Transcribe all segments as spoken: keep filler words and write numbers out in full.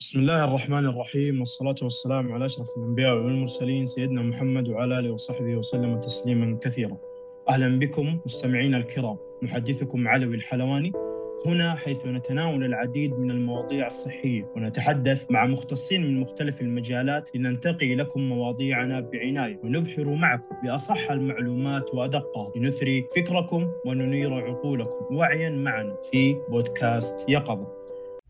بسم الله الرحمن الرحيم، والصلاة والسلام على أشرف الأنبياء والمرسلين سيدنا محمد وعلى آله وصحبه وسلم تسليما كثيرا. أهلا بكم مستمعينا الكرام، محدثكم علوي الحلواني هنا، حيث نتناول العديد من المواضيع الصحية ونتحدث مع مختصين من مختلف المجالات لننتقي لكم مواضيعنا بعناية ونبحر معكم بأصح المعلومات وأدقها لنثري فكركم وننير عقولكم وعيا معنا في بودكاست يقظة.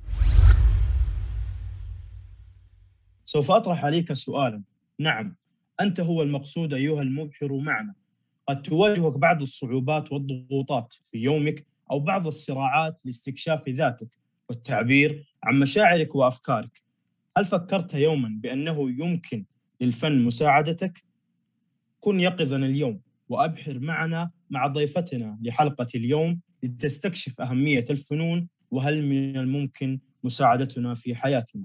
سوف أطرح عليك سؤالا. نعم، أنت هو المقصود أيها المبحر معنا. قد تواجهك بعض الصعوبات والضغوطات في يومك أو بعض الصراعات لاستكشاف ذاتك والتعبير عن مشاعرك وأفكارك. هل فكرت يوما بأنه يمكن للفن مساعدتك؟ كن يقظا اليوم وأبحر معنا مع ضيفتنا لحلقة اليوم لتستكشف أهمية الفنون وهل من الممكن مساعدتنا في حياتنا.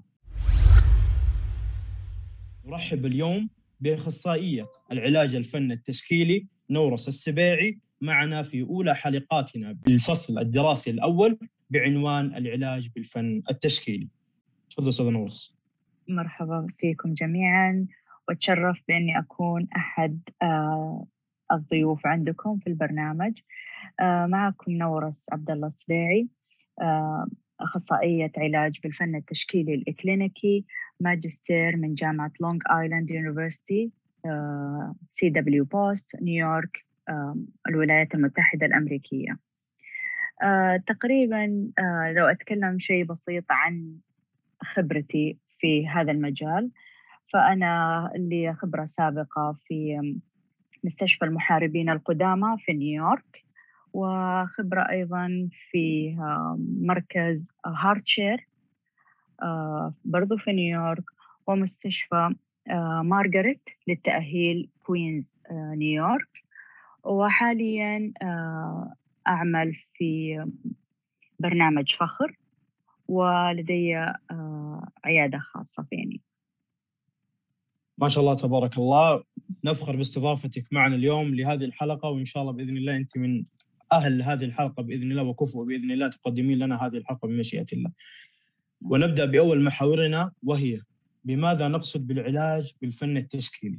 نرحب اليوم بأخصائية العلاج الفن التشكيلي نورس السبيعي معنا في أولى حلقاتنا بالفصل الدراسي الأول بعنوان العلاج بالفن التشكيلي. تفضل أستاذ نورس. مرحبا فيكم جميعا، واتشرف بأني أكون أحد آه الضيوف عندكم في البرنامج. آه معكم نورس عبد الله السبيعي، آه أخصائية علاج بالفن التشكيلي الإكلينيكي، ماجستير من جامعة لونغ آيلاند يونيفرسيتي، آه سي دبليو بوست، نيويورك، آه الولايات المتحدة الأمريكية. آه تقريبا آه لو أتكلم شيء بسيط عن خبرتي في هذا المجال، فأنا لي خبرة سابقة في مستشفى المحاربين القدامى في نيويورك، وخبرة أيضا في مركز هارتشير برضو في نيويورك، ومستشفى مارغريت للتأهيل كوينز نيويورك. وحاليا أعمل في برنامج فخر، ولدي عيادة خاصة فيني. ما شاء الله تبارك الله، نفخر باستضافتك معنا اليوم لهذه الحلقة، وإن شاء الله بإذن الله أنت من أهل هذه الحلقة بإذن الله، وكفؤ بإذن الله تقدمين لنا هذه الحلقة بمشيئة الله. ونبدأ بأول محاورنا، وهي بماذا نقصد بالعلاج بالفن التشكيلي؟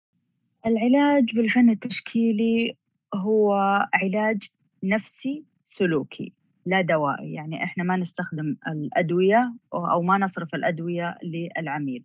العلاج بالفن التشكيلي هو علاج نفسي سلوكي لا دوائي، يعني إحنا ما نستخدم الأدوية أو ما نصرف الأدوية للعميل.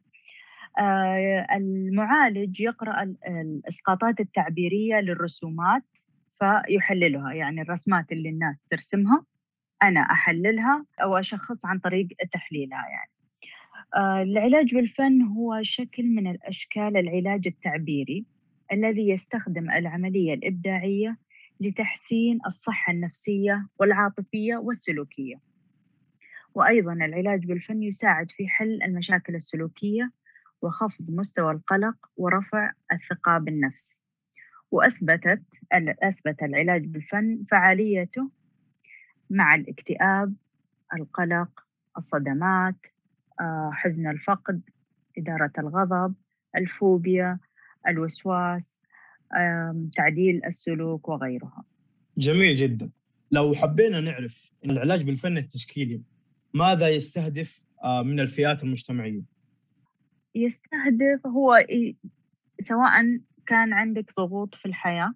آه المعالج يقرأ الإسقاطات التعبيرية للرسومات فيحللها، يعني الرسمات اللي الناس ترسمها أنا أحللها أو أشخص عن طريق تحليلها. يعني آه العلاج بالفن هو شكل من الأشكال العلاج التعبيري الذي يستخدم العملية الإبداعية لتحسين الصحة النفسية والعاطفية والسلوكية. وأيضاً العلاج بالفن يساعد في حل المشاكل السلوكية وخفض مستوى القلق ورفع الثقة بالنفس. وأثبتت أثبت العلاج بالفن فعاليته مع الاكتئاب، القلق، الصدمات، حزن الفقد، إدارة الغضب، الفوبيا، الوسواس، تعديل السلوك وغيرها. جميل جدا. لو حبينا نعرف العلاج بالفن التشكيلي ماذا يستهدف من الفئات المجتمعية؟ يستهدف هو سواء كان عندك ضغوط في الحياة،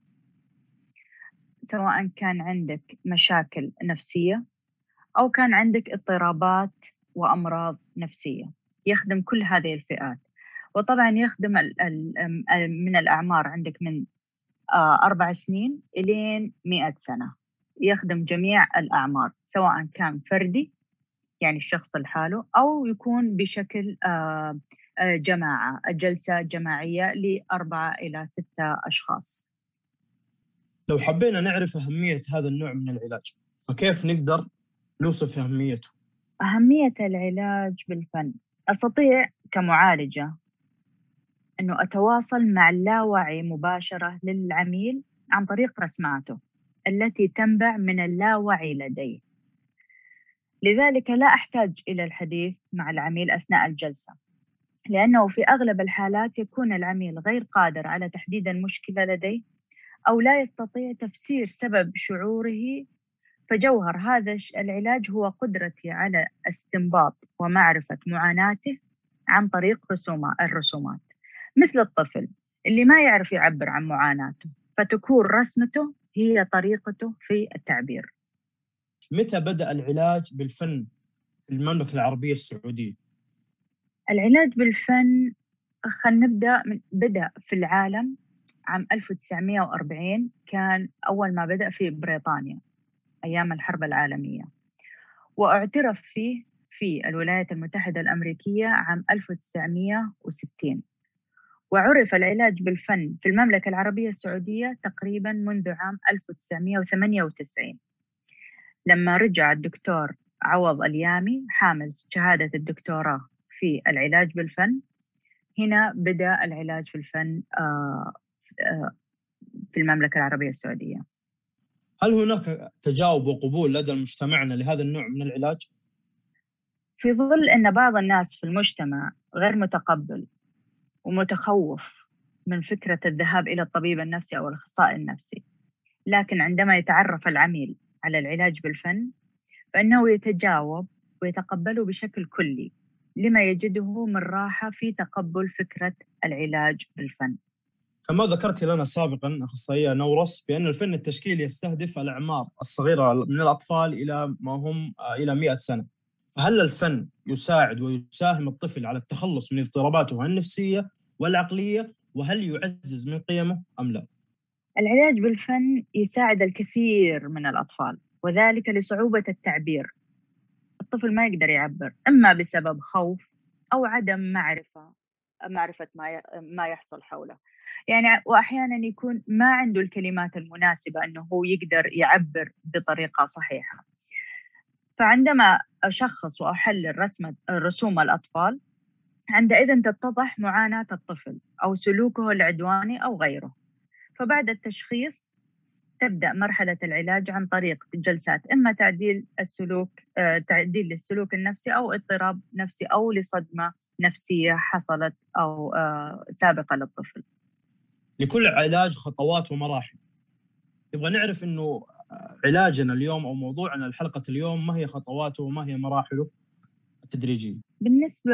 سواء كان عندك مشاكل نفسية، أو كان عندك اضطرابات وأمراض نفسية، يخدم كل هذه الفئات. وطبعا يخدم ال ال من الأعمار عندك من أربع سنين إلين مئة سنة، يخدم جميع الأعمار، سواء كان فردي يعني الشخص لحاله، أو يكون بشكل جماعة، جلسة جماعية لأربعة إلى ستة أشخاص. لو حبينا نعرف أهمية هذا النوع من العلاج، فكيف نقدر نوصف أهميته؟ أهمية العلاج بالفن، أستطيع كمعالجة أنه أتواصل مع اللاوعي مباشرة للعميل عن طريق رسماته التي تنبع من اللاوعي لديه، لذلك لا أحتاج إلى الحديث مع العميل أثناء الجلسة، لأنه في أغلب الحالات يكون العميل غير قادر على تحديد المشكلة لديه، أو لا يستطيع تفسير سبب شعوره فجوهر هذا العلاج هو قدرتي على استنباط ومعرفة معاناته عن طريق رسومات الرسومات، مثل الطفل اللي ما يعرف يعبر عن معاناته، فتكون رسمته هي طريقته في التعبير. متى بدأ العلاج بالفن في المملكة العربية السعودية؟ العلاج بالفن خلينا نبدأ من بدأ في العالم عام ألف وتسعمائة وأربعين، كان أول ما بدأ في بريطانيا أيام الحرب العالمية، واعترف فيه في الولايات المتحدة الأمريكية عام ألف وتسعمائة وستين. وعرف العلاج بالفن في المملكة العربية السعودية تقريباً منذ عام ألف وتسعمائة وثمانية وتسعين، لما رجع الدكتور عوض اليامي حامل شهادة الدكتوراه في العلاج بالفن. هنا بدأ العلاج في الفن في المملكة العربية السعودية. هل هناك تجاوب وقبول لدى مجتمعنا لهذا النوع من العلاج؟ في ظل أن بعض الناس في المجتمع غير متقبل ومتخوف من فكرة الذهاب إلى الطبيب النفسي أو الأخصائي النفسي، لكن عندما يتعرف العميل على العلاج بالفن فإنه يتجاوب ويتقبله بشكل كلي، لما يجده من راحة في تقبل فكرة العلاج بالفن. كما ذكرت لنا سابقاً أخصائية نورس بأن الفن التشكيلي يستهدف الأعمار الصغيرة من الأطفال إلى ما هم إلى مئة سنة، فهل الفن يساعد ويساهم الطفل على التخلص من اضطراباته النفسية والعقلية، وهل يعزز من قيمه أم لا؟ العلاج بالفن يساعد الكثير من الأطفال، وذلك لصعوبة التعبير. الطفل ما يقدر يعبر إما بسبب خوف أو عدم معرفة معرفة ما ما يحصل حوله، يعني وأحياناً يكون ما عنده الكلمات المناسبة أنه هو يقدر يعبر بطريقة صحيحة. فعندما أشخص وأحلل رسمة رسوم الأطفال، عندئذ تتضح معاناة الطفل أو سلوكه العدواني أو غيره. فبعد التشخيص تبدأ مرحلة العلاج عن طريق جلسات إما تعديل السلوك تعديل للسلوك النفسي أو اضطراب نفسي أو لصدمة نفسية حصلت أو سابقة للطفل. لكل علاج خطوات ومراحل. نبغى نعرف إنه علاجنا اليوم أو موضوعنا الحلقة اليوم ما هي خطواته وما هي مراحله التدريجية؟ بالنسبة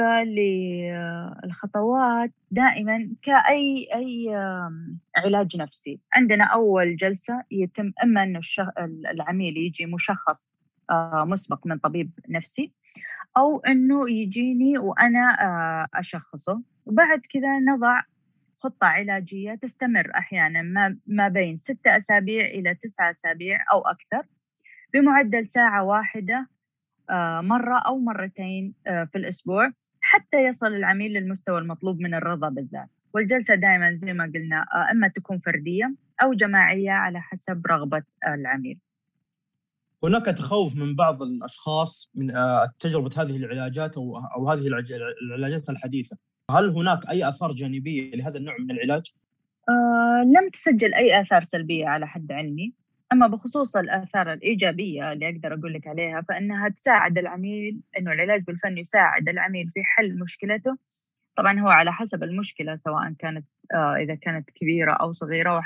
للخطوات دائما كأي أي علاج نفسي، عندنا أول جلسة يتم إما أن العميل يجي مشخص مسبق من طبيب نفسي، أو أنه يجيني وأنا أشخصه، وبعد كذا نضع خطة علاجية تستمر أحيانا ما, ما بين ستة أسابيع إلى تسعة أسابيع أو أكثر، بمعدل ساعة واحدة مرة أو مرتين في الأسبوع، حتى يصل العميل للمستوى المطلوب من الرضا بالذات. والجلسة دائما زي ما قلنا إما تكون فردية أو جماعية على حسب رغبة العميل. هناك تخوف من بعض الأشخاص من تجربة هذه العلاجات أو أو هذه العلاجات الحديثة، هل هناك أي آثار جانبية لهذا النوع من العلاج؟ آه لم تسجل أي آثار سلبية على حد علمي، أما بخصوص الآثار الإيجابية اللي أقدر أقول لك عليها فإنها تساعد العميل، إنه العلاج بالفن يساعد العميل في حل مشكلته. طبعا هو على حسب المشكلة، سواء كانت آه إذا كانت كبيرة أو صغيرة،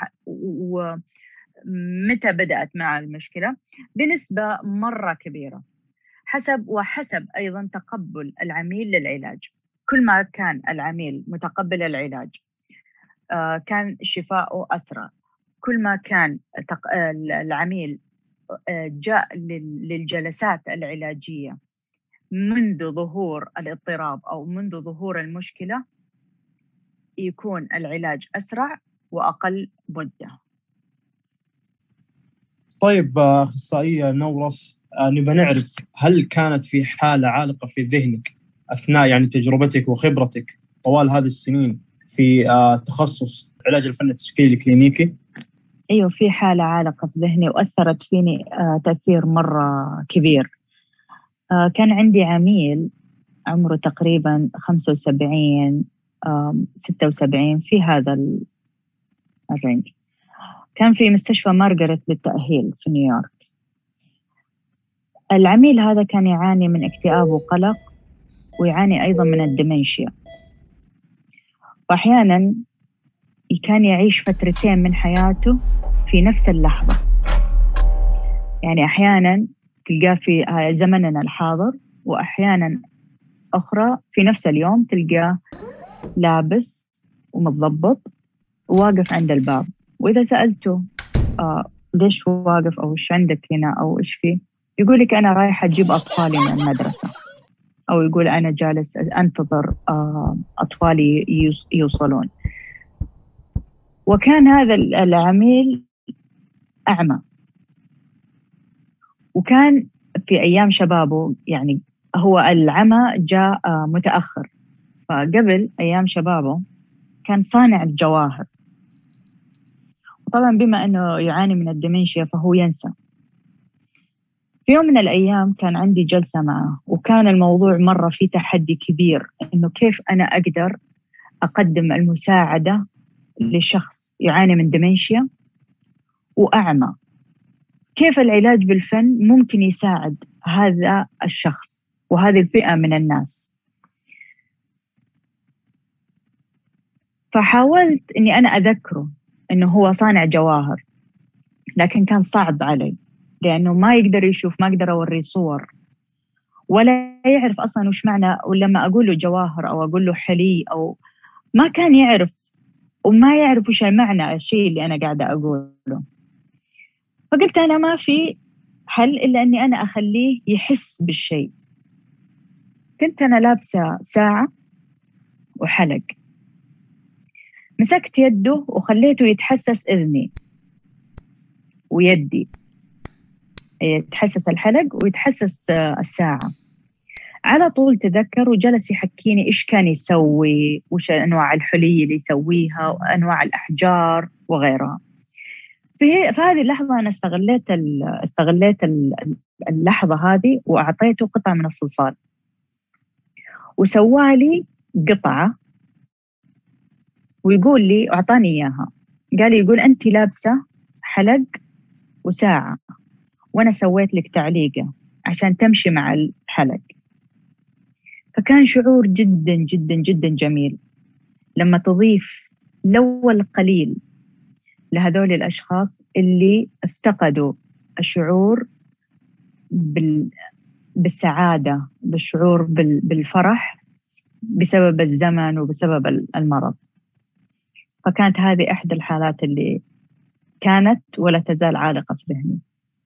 ومتى بدأت مع المشكلة، بنسبة مرة كبيرة حسب وحسب أيضا تقبل العميل للعلاج. كل ما كان العميل متقبل العلاج آه كان شفاؤه أسرع. كل ما كان العميل جاء للجلسات العلاجية منذ ظهور الاضطراب أو منذ ظهور المشكلة، يكون العلاج أسرع وأقل مدة. طيب أخصائية نورس، نبغى نعرف هل كانت في حالة عالقة في ذهنك أثناء يعني تجربتك وخبرتك طوال هذه السنين في تخصص علاج الفن التشكيلي الكلينيكي؟ أيوة، في حالة عالقة في ذهني وأثرت فيني تأثير مرة كبير. كان عندي عميل عمره تقريبا خمسة وسبعين ستة وسبعين في هذا الرينج، كان في مستشفى مارغريت للتأهيل في نيويورك. العميل هذا كان يعاني من اكتئاب وقلق، ويعاني أيضا من الدمنشيا، وأحيانا كان يعيش فترتين من حياته في نفس اللحظة. يعني أحيانا تلقاه في زمننا الحاضر، وأحيانا أخرى في نفس اليوم تلقاه لابس ومتضبط وواقف عند الباب، وإذا سألته آه ليش واقف أو إيش عندك هنا أو إيش فيه، يقولك أنا رايحة أجيب أطفالي من المدرسة، أو يقول أنا جالس أنتظر آه أطفالي يوصلون. وكان هذا العميل أعمى، وكان في أيام شبابه، يعني هو العمى جاء آه متأخر، فقبل أيام شبابه كان صانع الجواهر. طبعا بما أنه يعاني من الدمنشيا فهو ينسى. في يوم من الأيام كان عندي جلسة معه، وكان الموضوع مرة فيه تحدي كبير، إنه كيف أنا أقدر أقدم المساعدة لشخص يعاني من دمنشيا وأعمى، كيف العلاج بالفن ممكن يساعد هذا الشخص وهذه الفئة من الناس. فحاولت إني أنا أذكره إنه هو صانع جواهر، لكن كان صعب علي لأنه ما يقدر يشوف، ما أقدر أوريه صور ولا يعرف أصلاً وش معنى، ولما أقول له جواهر أو أقول له حلي أو ما كان يعرف، وما يعرف وش المعنى الشيء اللي أنا قاعدة أقوله. فقلت أنا ما في حل إلا أني أنا أخليه يحس بالشيء. كنت أنا لابسة ساعة وحلق، مسكت يده وخليته يتحسس إذني ويدي، يتحسس الحلق ويتحسس الساعة على طول. تذكر وجلس يحكيني إيش كان يسوي، وش أنواع الحلي اللي يسويها وأنواع الأحجار وغيرها. في في هذه اللحظة أنا استغليت استغليت اللحظة هذه وأعطيته قطعة من الصلصال، وسوالي قطعة ويقول لي، أعطاني إياها، قال لي يقول أنت لابسة حلق وساعة وأنا سويت لك تعليقة عشان تمشي مع الحلق. فكان شعور جدا جدا جدا جميل لما تضيف لو القليل لهذول الأشخاص اللي افتقدوا الشعور بال... بالسعادة، بالشعور بال... بالفرح بسبب الزمن وبسبب المرض. فكانت هذه إحدى الحالات اللي كانت ولا تزال عالقة في ذهني.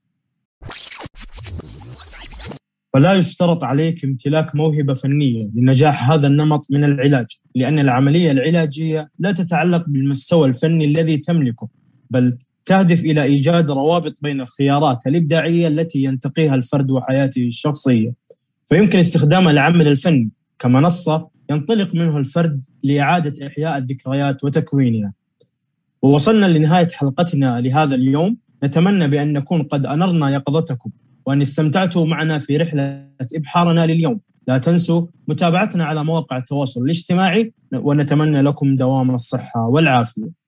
ولا يشترط عليك امتلاك موهبة فنية لنجاح هذا النمط من العلاج، لأن العملية العلاجية لا تتعلق بالمستوى الفني الذي تملكه، بل تهدف إلى إيجاد روابط بين الخيارات الإبداعية التي ينتقيها الفرد وحياته الشخصية. فيمكن استخدام العمل الفني كمنصة ينطلق منه الفرد لإعادة إحياء الذكريات وتكوينها. ووصلنا لنهاية حلقتنا لهذا اليوم، نتمنى بأن نكون قد أنرنا يقظتكم وأن استمتعتوا معنا في رحلة إبحارنا لليوم. لا تنسوا متابعتنا على مواقع التواصل الاجتماعي، ونتمنى لكم دوام الصحة والعافية.